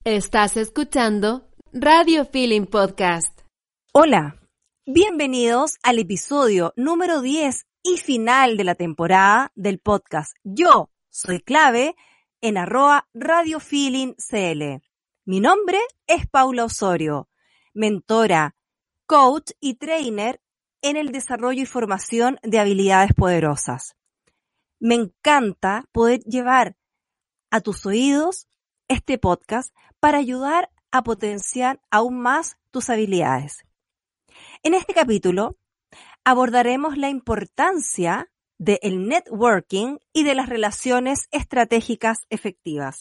Estás escuchando Radio Feeling Podcast. Hola, bienvenidos al episodio número 10 y final de la temporada del podcast. Yo soy clave en @RadioFeelingCL. Mi nombre es Paula Osorio, mentora, coach y trainer en el desarrollo y formación de habilidades poderosas. Me encanta poder llevar a tus oídos este podcast para ayudar a potenciar aún más tus habilidades. En este capítulo abordaremos la importancia del networking y de las relaciones estratégicas efectivas.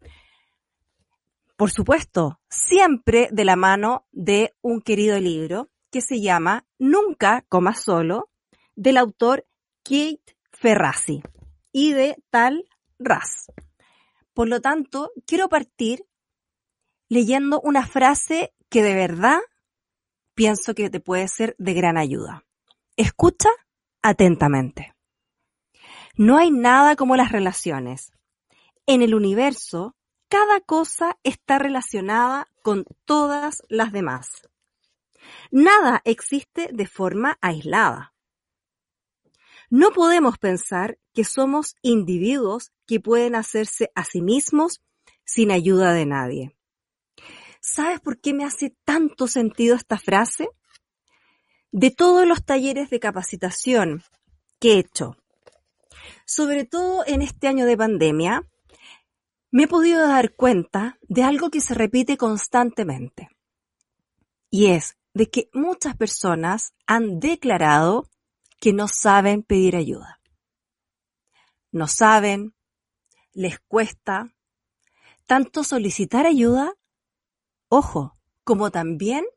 Por supuesto, siempre de la mano de un querido libro que se llama Nunca comas solo, del autor Kate Ferrazzi y de Tal Raz. Por lo tanto, quiero partir leyendo una frase que de verdad pienso que te puede ser de gran ayuda. Escucha atentamente. No hay nada como las relaciones. En el universo, cada cosa está relacionada con todas las demás. Nada existe de forma aislada. No podemos pensar que somos individuos que pueden hacerse a sí mismos sin ayuda de nadie. ¿Sabes por qué me hace tanto sentido esta frase? De todos los talleres de capacitación que he hecho, sobre todo en este año de pandemia, me he podido dar cuenta de algo que se repite constantemente. Y es de que muchas personas han declarado que no saben pedir ayuda. No saben, les cuesta tanto solicitar ayuda, ojo, como también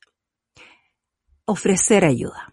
ofrecer ayuda.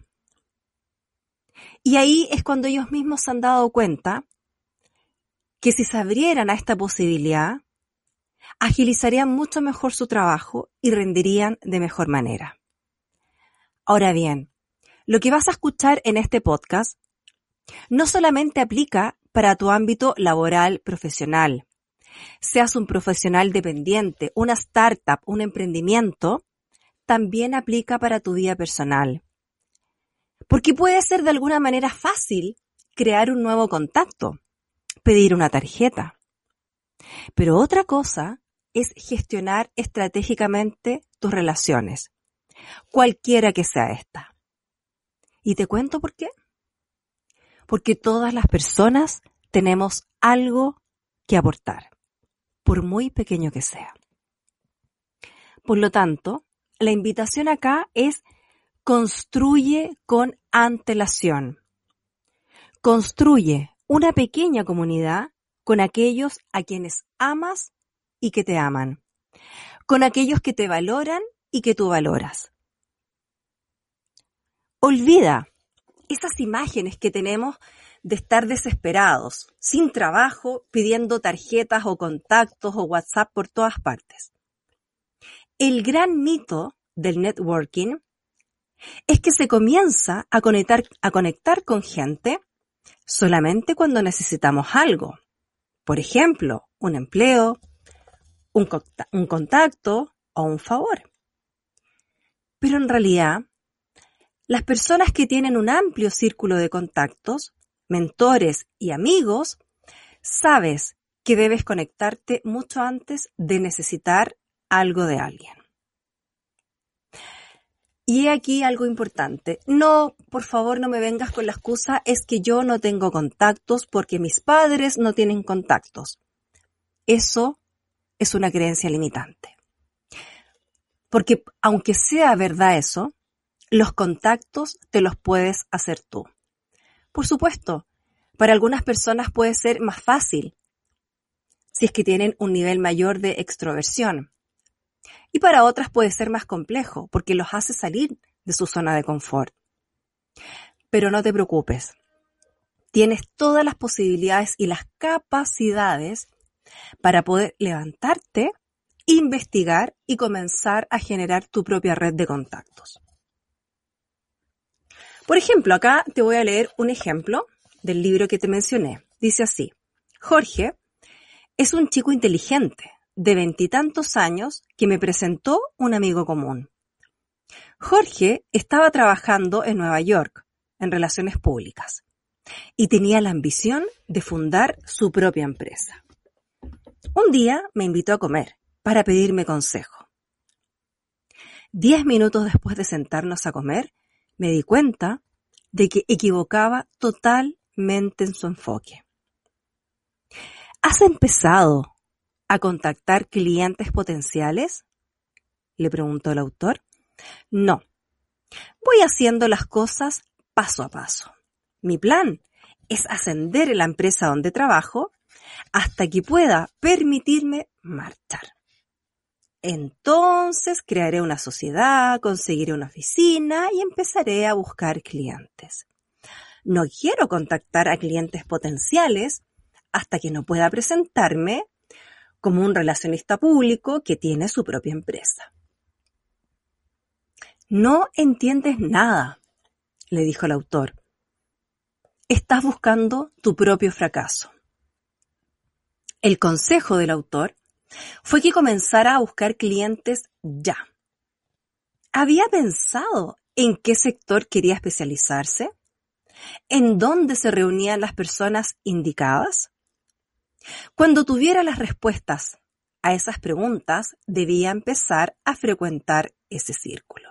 Y ahí es cuando ellos mismos se han dado cuenta que si se abrieran a esta posibilidad, agilizarían mucho mejor su trabajo y rendirían de mejor manera. Ahora bien, lo que vas a escuchar en este podcast no solamente aplica para tu ámbito laboral profesional. Seas un profesional dependiente, una startup, un emprendimiento, también aplica para tu vida personal. Porque puede ser de alguna manera fácil crear un nuevo contacto, pedir una tarjeta. Pero otra cosa es gestionar estratégicamente tus relaciones, cualquiera que sea esta. ¿Y te cuento por qué? Porque todas las personas tenemos algo que aportar, por muy pequeño que sea. Por lo tanto, la invitación acá es construye con antelación. Construye una pequeña comunidad con aquellos a quienes amas y que te aman, con aquellos que te valoran y que tú valoras. Olvida esas imágenes que tenemos de estar desesperados, sin trabajo, pidiendo tarjetas o contactos o WhatsApp por todas partes. El gran mito del networking es que se comienza a conectar con gente solamente cuando necesitamos algo. Por ejemplo, un empleo, un contacto o un favor. Pero en realidad, las personas que tienen un amplio círculo de contactos, mentores y amigos, sabes que debes conectarte mucho antes de necesitar algo de alguien. Y aquí algo importante. No, por favor, no me vengas con la excusa, es que yo no tengo contactos porque mis padres no tienen contactos. Eso es una creencia limitante. Porque aunque sea verdad eso, los contactos te los puedes hacer tú. Por supuesto, para algunas personas puede ser más fácil si es que tienen un nivel mayor de extroversión. Y para otras puede ser más complejo porque los hace salir de su zona de confort. Pero no te preocupes. Tienes todas las posibilidades y las capacidades para poder levantarte, investigar y comenzar a generar tu propia red de contactos. Por ejemplo, acá te voy a leer un ejemplo del libro que te mencioné. Dice así: Jorge es un chico inteligente, de 20 y tantos años que me presentó un amigo común. Jorge estaba trabajando en Nueva York, en relaciones públicas, y tenía la ambición de fundar su propia empresa. Un día me invitó a comer para pedirme consejo. 10 minutos después de sentarnos a comer, me di cuenta de que equivocaba totalmente en su enfoque. ¿Has empezado a contactar clientes potenciales?, le preguntó el autor. No, voy haciendo las cosas paso a paso. Mi plan es ascender en la empresa donde trabajo hasta que pueda permitirme marchar. Entonces crearé una sociedad, conseguiré una oficina y empezaré a buscar clientes. No quiero contactar a clientes potenciales hasta que no pueda presentarme como un relacionista público que tiene su propia empresa. No entiendes nada, le dijo el autor. Estás buscando tu propio fracaso. El consejo del autor fue que comenzara a buscar clientes ya. ¿Había pensado en qué sector quería especializarse? ¿En dónde se reunían las personas indicadas? Cuando tuviera las respuestas a esas preguntas, debía empezar a frecuentar ese círculo.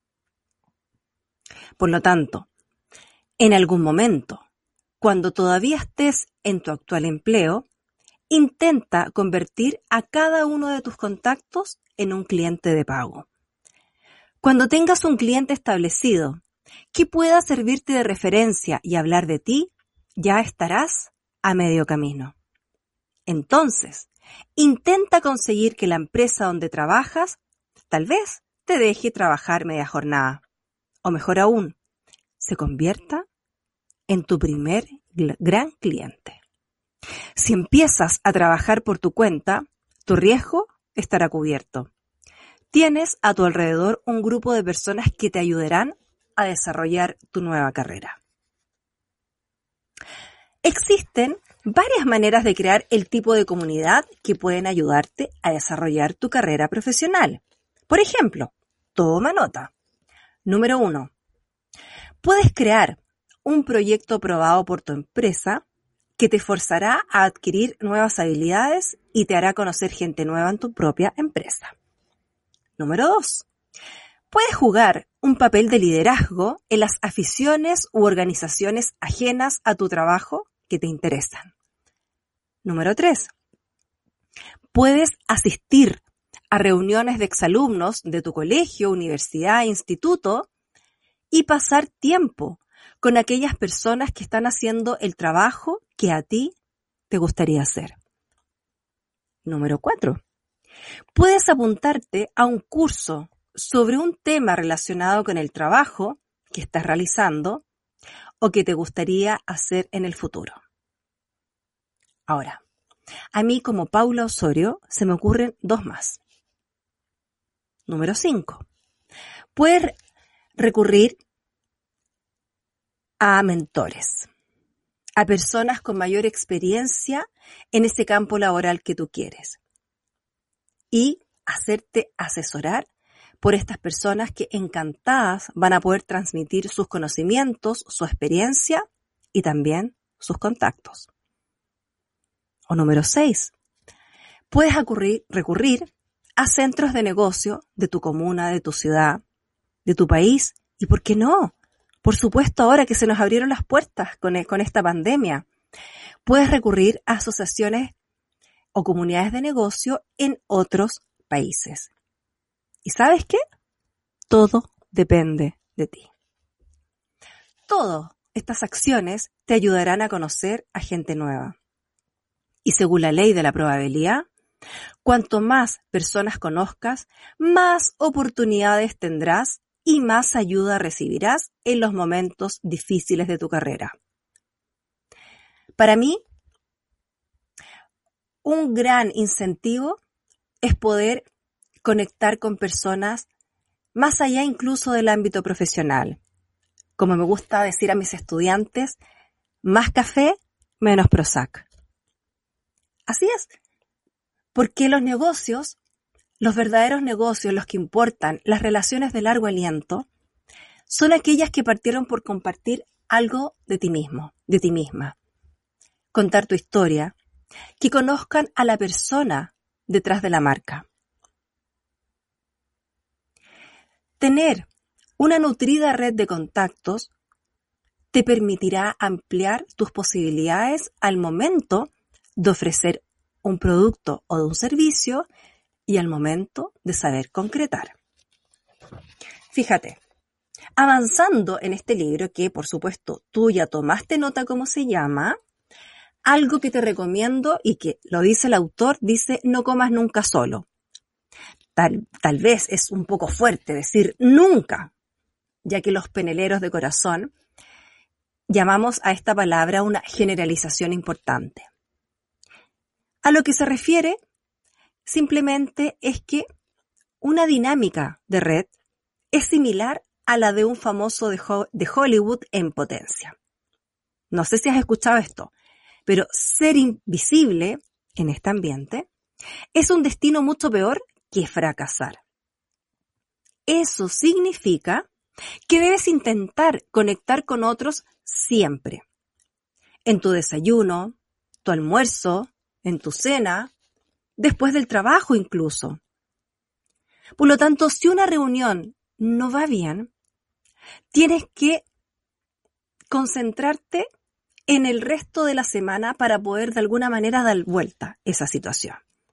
Por lo tanto, en algún momento, cuando todavía estés en tu actual empleo, intenta convertir a cada uno de tus contactos en un cliente de pago. Cuando tengas un cliente establecido que pueda servirte de referencia y hablar de ti, ya estarás a medio camino. Entonces, intenta conseguir que la empresa donde trabajas tal vez te deje trabajar media jornada. O mejor aún, se convierta en tu primer gran cliente. Si empiezas a trabajar por tu cuenta, tu riesgo estará cubierto. Tienes a tu alrededor un grupo de personas que te ayudarán a desarrollar tu nueva carrera. Existen varias maneras de crear el tipo de comunidad que pueden ayudarte a desarrollar tu carrera profesional. Por ejemplo, toma nota. Número 1. Puedes crear un proyecto aprobado por tu empresa que te forzará a adquirir nuevas habilidades y te hará conocer gente nueva en tu propia empresa. Número 2. Puedes jugar un papel de liderazgo en las aficiones u organizaciones ajenas a tu trabajo que te interesan. Número 3. Puedes asistir a reuniones de exalumnos de tu colegio, universidad, instituto y pasar tiempo con aquellas personas que están haciendo el trabajo que a ti te gustaría hacer. Número 4. Puedes apuntarte a un curso sobre un tema relacionado con el trabajo que estás realizando o que te gustaría hacer en el futuro. Ahora, a mí como Paula Osorio se me ocurren 2 más. Número 5. Puedes recurrir a mentores, a personas con mayor experiencia en ese campo laboral que tú quieres y hacerte asesorar por estas personas que encantadas van a poder transmitir sus conocimientos, su experiencia y también sus contactos. O número 6. Puedes recurrir a centros de negocio de tu comuna, de tu ciudad, de tu país y, ¿por qué no? Por supuesto, ahora que se nos abrieron las puertas con esta pandemia, puedes recurrir a asociaciones o comunidades de negocio en otros países. ¿Y sabes qué? Todo depende de ti. Todas estas acciones te ayudarán a conocer a gente nueva. Y según la ley de la probabilidad, cuanto más personas conozcas, más oportunidades tendrás y más ayuda recibirás en los momentos difíciles de tu carrera. Para mí, un gran incentivo es poder conectar con personas más allá incluso del ámbito profesional. Como me gusta decir a mis estudiantes, más café, menos Prozac. Así es. Porque los negocios, los verdaderos negocios, los que importan, las relaciones de largo aliento, son aquellas que partieron por compartir algo de ti mismo, de ti misma. Contar tu historia, que conozcan a la persona detrás de la marca. Tener una nutrida red de contactos te permitirá ampliar tus posibilidades al momento de ofrecer un producto o de un servicio y al momento de saber concretar. Fíjate, avanzando en este libro, que por supuesto tú ya tomaste nota cómo se llama, algo que te recomiendo y que lo dice el autor, dice no comas nunca solo. Tal vez es un poco fuerte decir nunca, ya que los peneleros de corazón llamamos a esta palabra una generalización importante. A lo que se refiere simplemente es que una dinámica de red es similar a la de un famoso de Hollywood en potencia. No sé si has escuchado esto, pero ser invisible en este ambiente es un destino mucho peor que fracasar. Eso significa que debes intentar conectar con otros siempre. En tu desayuno, tu almuerzo, en tu cena, después del trabajo incluso. Por lo tanto, si una reunión no va bien, tienes que concentrarte en el resto de la semana para poder de alguna manera dar vuelta a esa situación.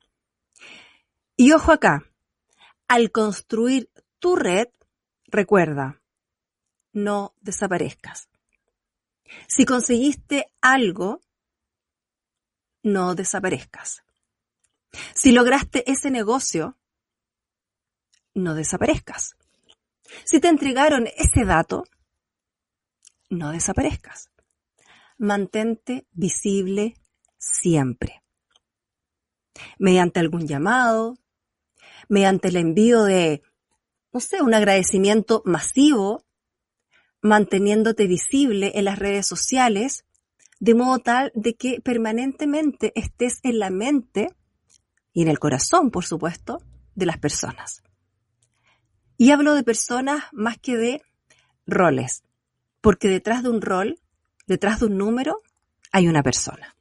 Y ojo acá, al construir tu red, recuerda, no desaparezcas. Si conseguiste algo, no desaparezcas. Si lograste ese negocio, no desaparezcas. Si te entregaron ese dato, no desaparezcas. Mantente visible siempre. Mediante algún llamado, mediante el envío de, un agradecimiento masivo, manteniéndote visible en las redes sociales, de modo tal de que permanentemente estés en la mente y en el corazón, por supuesto, de las personas. Y hablo de personas más que de roles, porque detrás de un rol, detrás de un número, hay una persona.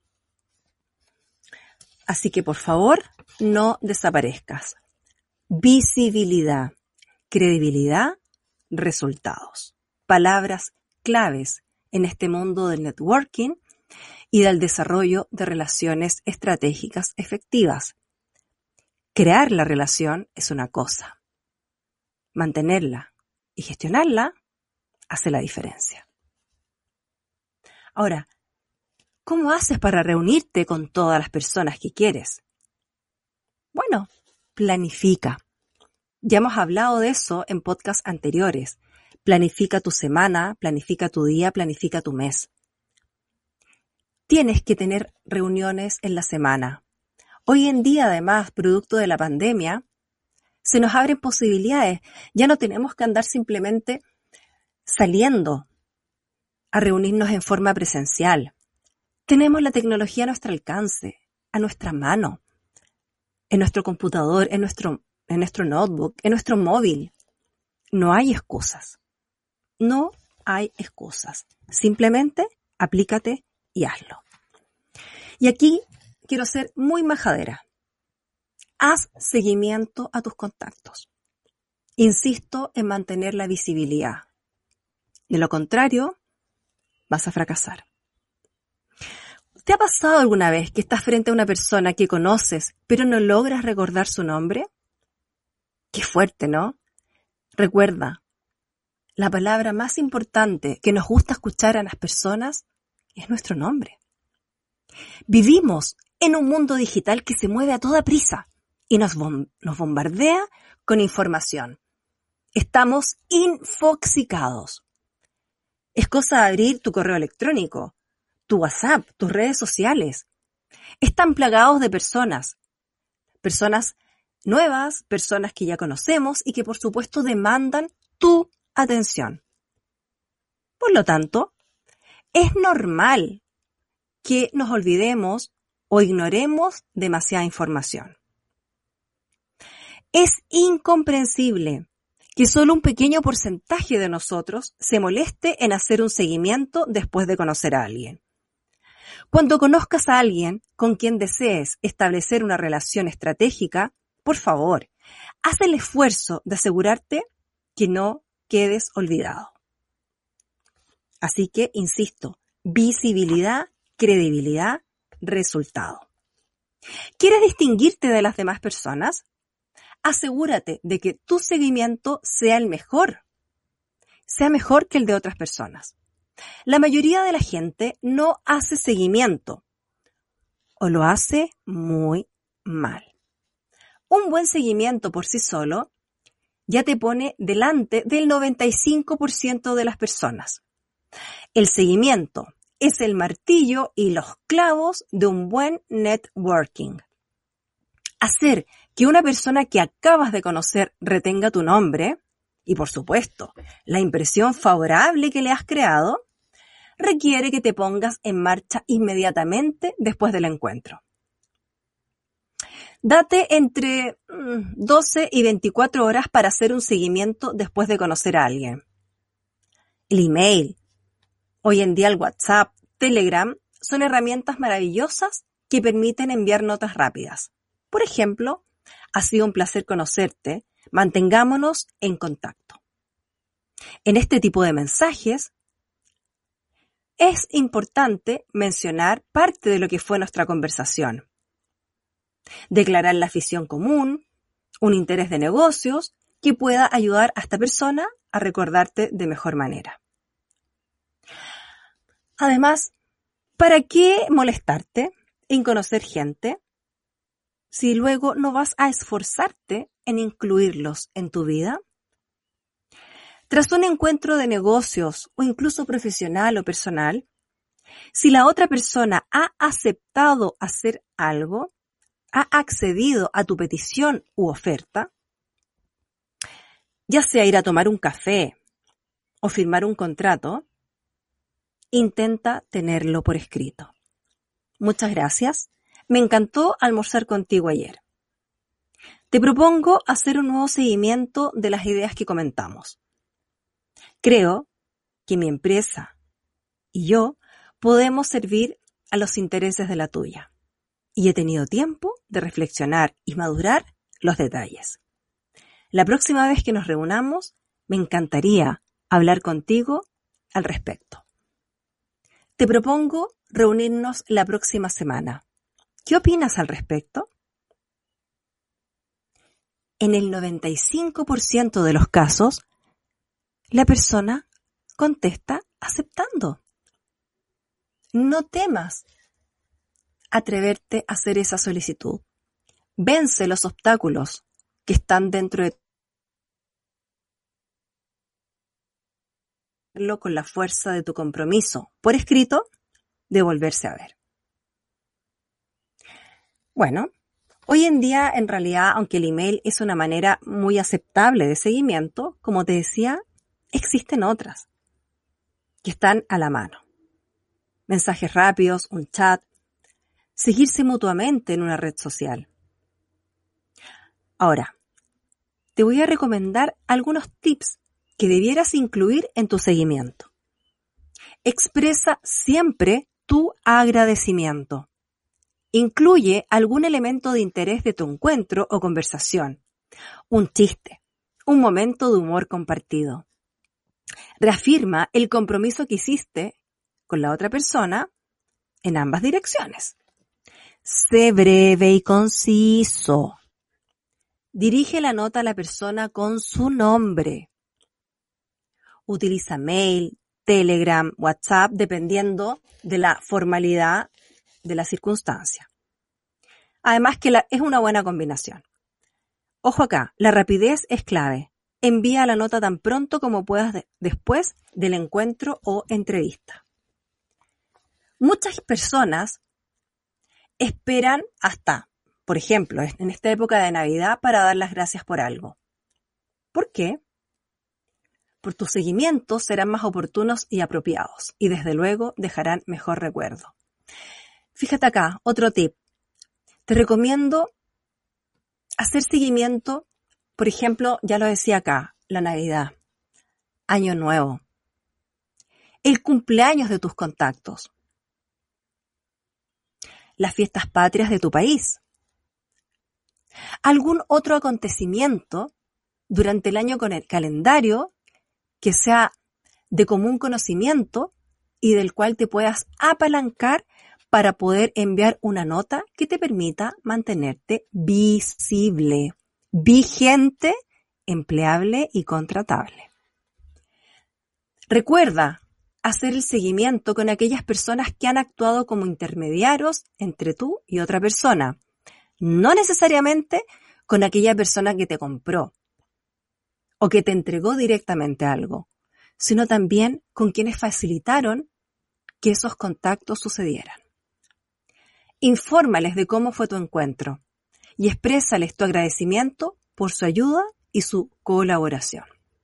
Así que, por favor, no desaparezcas. Visibilidad, credibilidad, resultados. Palabras claves en este mundo del networking y del desarrollo de relaciones estratégicas efectivas. Crear la relación es una cosa. Mantenerla y gestionarla hace la diferencia. Ahora, ¿cómo haces para reunirte con todas las personas que quieres? Bueno, planifica. Ya hemos hablado de eso en podcasts anteriores. Planifica tu semana, planifica tu día, planifica tu mes. Tienes que tener reuniones en la semana. Hoy en día, además, producto de la pandemia, se nos abren posibilidades. Ya no tenemos que andar simplemente saliendo a reunirnos en forma presencial. Tenemos la tecnología a nuestro alcance, a nuestra mano, en nuestro computador, en nuestro notebook, en nuestro móvil. No hay excusas. No hay excusas. Simplemente aplícate y hazlo. Y aquí quiero ser muy majadera. Haz seguimiento a tus contactos. Insisto en mantener la visibilidad. De lo contrario, vas a fracasar. ¿Te ha pasado alguna vez que estás frente a una persona que conoces, pero no logras recordar su nombre? Qué fuerte, ¿no? Recuerda, la palabra más importante que nos gusta escuchar a las personas es nuestro nombre. Vivimos en un mundo digital que se mueve a toda prisa y nos bombardea con información. Estamos infoxicados. Es cosa de abrir tu correo electrónico, tu WhatsApp, tus redes sociales. Están plagados de personas nuevas, personas que ya conocemos y que por supuesto demandan tu atención. Por lo tanto, es normal que nos olvidemos o ignoremos demasiada información. Es incomprensible que solo un pequeño porcentaje de nosotros se moleste en hacer un seguimiento después de conocer a alguien. Cuando conozcas a alguien con quien desees establecer una relación estratégica, por favor, haz el esfuerzo de asegurarte que no quedes olvidado. Así que, insisto, visibilidad, credibilidad, resultado. ¿Quieres distinguirte de las demás personas? Asegúrate de que tu seguimiento sea el mejor, sea mejor que el de otras personas. La mayoría de la gente no hace seguimiento o lo hace muy mal. Un buen seguimiento por sí solo ya te pone delante del 95% de las personas. El seguimiento es el martillo y los clavos de un buen networking. Hacer que una persona que acabas de conocer retenga tu nombre y, por supuesto, la impresión favorable que le has creado, requiere que te pongas en marcha inmediatamente después del encuentro. Date entre 12 y 24 horas para hacer un seguimiento después de conocer a alguien. El email, hoy en día el WhatsApp, Telegram, son herramientas maravillosas que permiten enviar notas rápidas. Por ejemplo, ha sido un placer conocerte, mantengámonos en contacto. En este tipo de mensajes, es importante mencionar parte de lo que fue nuestra conversación. Declarar la afición común, un interés de negocios que pueda ayudar a esta persona a recordarte de mejor manera. Además, ¿para qué molestarte en conocer gente si luego no vas a esforzarte en incluirlos en tu vida? Tras un encuentro de negocios o incluso profesional o personal, si la otra persona ha aceptado hacer algo, ha accedido a tu petición u oferta, ya sea ir a tomar un café o firmar un contrato, intenta tenerlo por escrito. Muchas gracias. Me encantó almorzar contigo ayer. Te propongo hacer un nuevo seguimiento de las ideas que comentamos. Creo que mi empresa y yo podemos servir a los intereses de la tuya. Y he tenido tiempo de reflexionar y madurar los detalles. La próxima vez que nos reunamos, me encantaría hablar contigo al respecto. Te propongo reunirnos la próxima semana. ¿Qué opinas al respecto? En el 95% de los casos, la persona contesta aceptando. No temas atreverte a hacer esa solicitud. Vence los obstáculos que están dentro de con la fuerza de tu compromiso por escrito de volverse a ver. Bueno, hoy en día en realidad, aunque el email es una manera muy aceptable de seguimiento, como te decía, existen otras que están a la mano. Mensajes rápidos, un chat, seguirse mutuamente en una red social. Ahora, te voy a recomendar algunos tips que debieras incluir en tu seguimiento. Expresa siempre tu agradecimiento. Incluye algún elemento de interés de tu encuentro o conversación. Un chiste, un momento de humor compartido. Reafirma el compromiso que hiciste con la otra persona en ambas direcciones. Sé breve y conciso. Dirige la nota a la persona con su nombre. Utiliza mail, Telegram, WhatsApp, dependiendo de la formalidad de la circunstancia. Además que es una buena combinación. Ojo acá, la rapidez es clave. Envía la nota tan pronto como puedas después del encuentro o entrevista. Muchas personas esperan hasta, por ejemplo, en esta época de Navidad para dar las gracias por algo. ¿Por qué? Por tus seguimientos serán más oportunos y apropiados y desde luego dejarán mejor recuerdo. Fíjate acá, otro tip. Te recomiendo hacer seguimiento Por ejemplo, ya lo decía acá, la Navidad, Año Nuevo, el cumpleaños de tus contactos, las fiestas patrias de tu país, algún otro acontecimiento durante el año con el calendario que sea de común conocimiento y del cual te puedas apalancar para poder enviar una nota que te permita mantenerte visible, vigente, empleable y contratable. Recuerda hacer el seguimiento con aquellas personas que han actuado como intermediarios entre tú y otra persona, no necesariamente con aquella persona que te compró o que te entregó directamente algo, sino también con quienes facilitaron que esos contactos sucedieran. Infórmales de cómo fue tu encuentro y exprésales tu agradecimiento por su ayuda y su colaboración.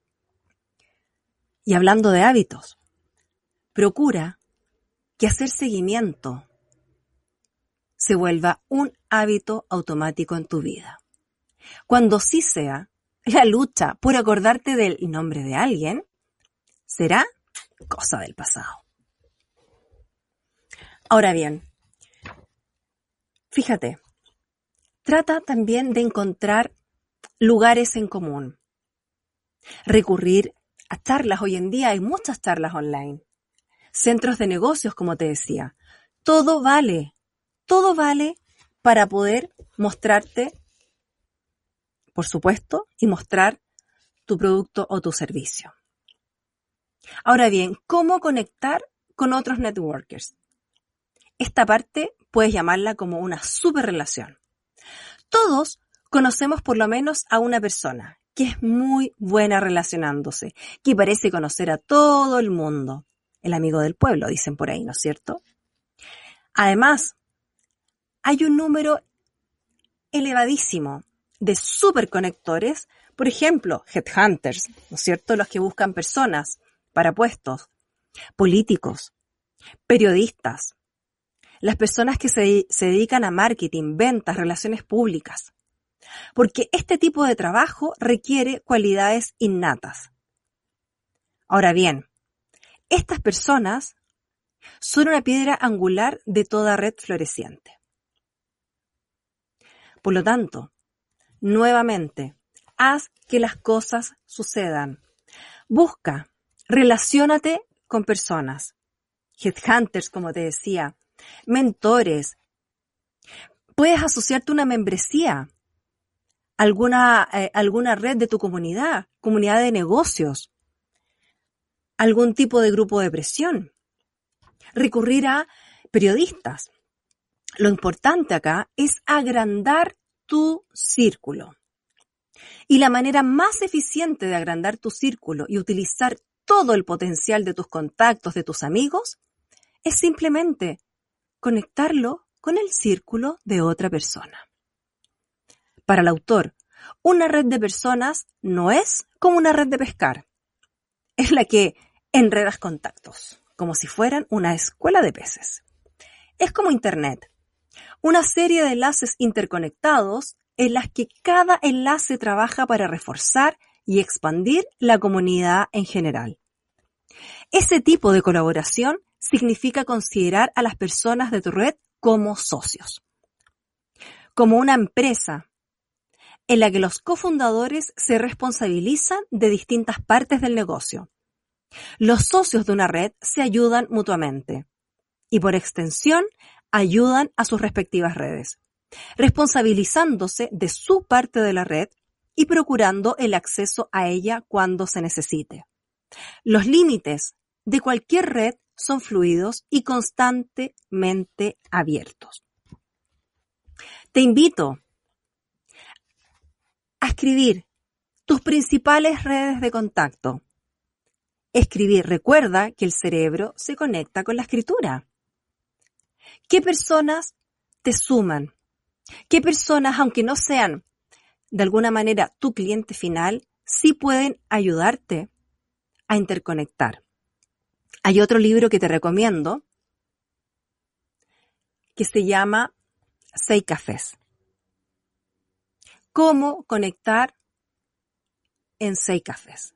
Y hablando de hábitos, procura que hacer seguimiento se vuelva un hábito automático en tu vida. Cuando sí sea, la lucha por acordarte del nombre de alguien será cosa del pasado. Ahora bien, fíjate, trata también de encontrar lugares en común. Recurrir a charlas. Hoy en día hay muchas charlas online. Centros de negocios, como te decía. Todo vale para poder mostrarte, por supuesto, y mostrar tu producto o tu servicio. Ahora bien, ¿cómo conectar con otros networkers? Esta parte puedes llamarla como una superrelación. Todos conocemos por lo menos a una persona que es muy buena relacionándose, que parece conocer a todo el mundo. El amigo del pueblo, dicen por ahí, ¿no es cierto? Además, hay un número elevadísimo de superconectores, por ejemplo, headhunters, ¿no es cierto? Los que buscan personas para puestos, políticos, periodistas, las personas que se dedican a marketing, ventas, relaciones públicas. Porque este tipo de trabajo requiere cualidades innatas. Ahora bien, estas personas son una piedra angular de toda red floreciente. Por lo tanto, nuevamente, haz que las cosas sucedan. Busca, relaciónate con personas, headhunters, como te decía, mentores. Puedes asociarte a una membresía, alguna red de tu comunidad de negocios, algún tipo de grupo de presión. Recurrir a periodistas. Lo importante acá es agrandar tu círculo. Y la manera más eficiente de agrandar tu círculo y utilizar todo el potencial de tus contactos, de tus amigos, es simplemente conectarlo con el círculo de otra persona. Para el autor, una red de personas no es como una red de pescar. Es la que enredas contactos, como si fueran una escuela de peces. Es como Internet, una serie de enlaces interconectados en las que cada enlace trabaja para reforzar y expandir la comunidad en general. Ese tipo de colaboración significa considerar a las personas de tu red como socios, como una empresa en la que los cofundadores se responsabilizan de distintas partes del negocio. Los socios de una red se ayudan mutuamente y por extensión ayudan a sus respectivas redes, responsabilizándose de su parte de la red y procurando el acceso a ella cuando se necesite. Los límites de cualquier red son fluidos y constantemente abiertos. Te invito a escribir tus principales redes de contacto. Escribir, recuerda que el cerebro se conecta con la escritura. ¿Qué personas te suman? ¿Qué personas, aunque no sean de alguna manera tu cliente final, sí pueden ayudarte a interconectar? Hay otro libro que te recomiendo que se llama 6 cafés. Cómo conectar en 6 cafés.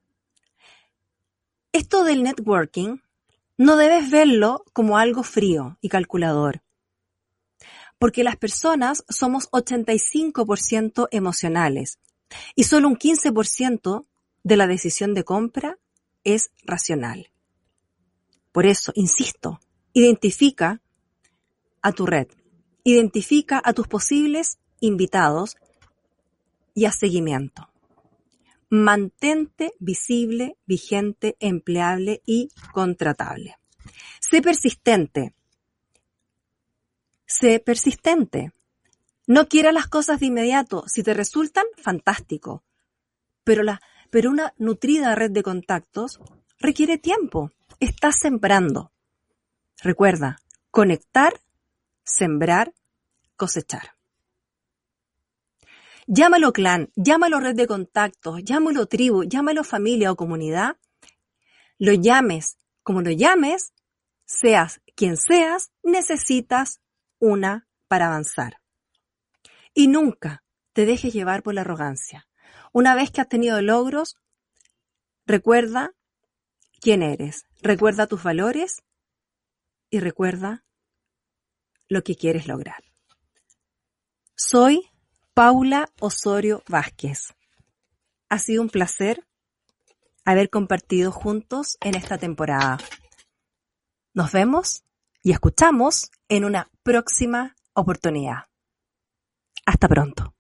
Esto del networking no debes verlo como algo frío y calculador, porque las personas somos 85% emocionales y solo un 15% de la decisión de compra es racional. Por eso, insisto, identifica a tu red, identifica a tus posibles invitados y haz seguimiento. Mantente visible, vigente, empleable y contratable. Sé persistente. Sé persistente. No quieras las cosas de inmediato. Si te resultan, fantástico. Pero una nutrida red de contactos requiere tiempo. Estás sembrando. Recuerda, conectar, sembrar, cosechar. Llámalo clan, llámalo red de contactos, llámalo tribu, llámalo familia o comunidad. Lo llames como lo llames, seas quien seas, necesitas una para avanzar. Y nunca te dejes llevar por la arrogancia. Una vez que has tenido logros, recuerda quién eres, recuerda tus valores y recuerda lo que quieres lograr. Soy Paula Osorio Vázquez. Ha sido un placer haber compartido juntos en esta temporada. Nos vemos y escuchamos en una próxima oportunidad. Hasta pronto.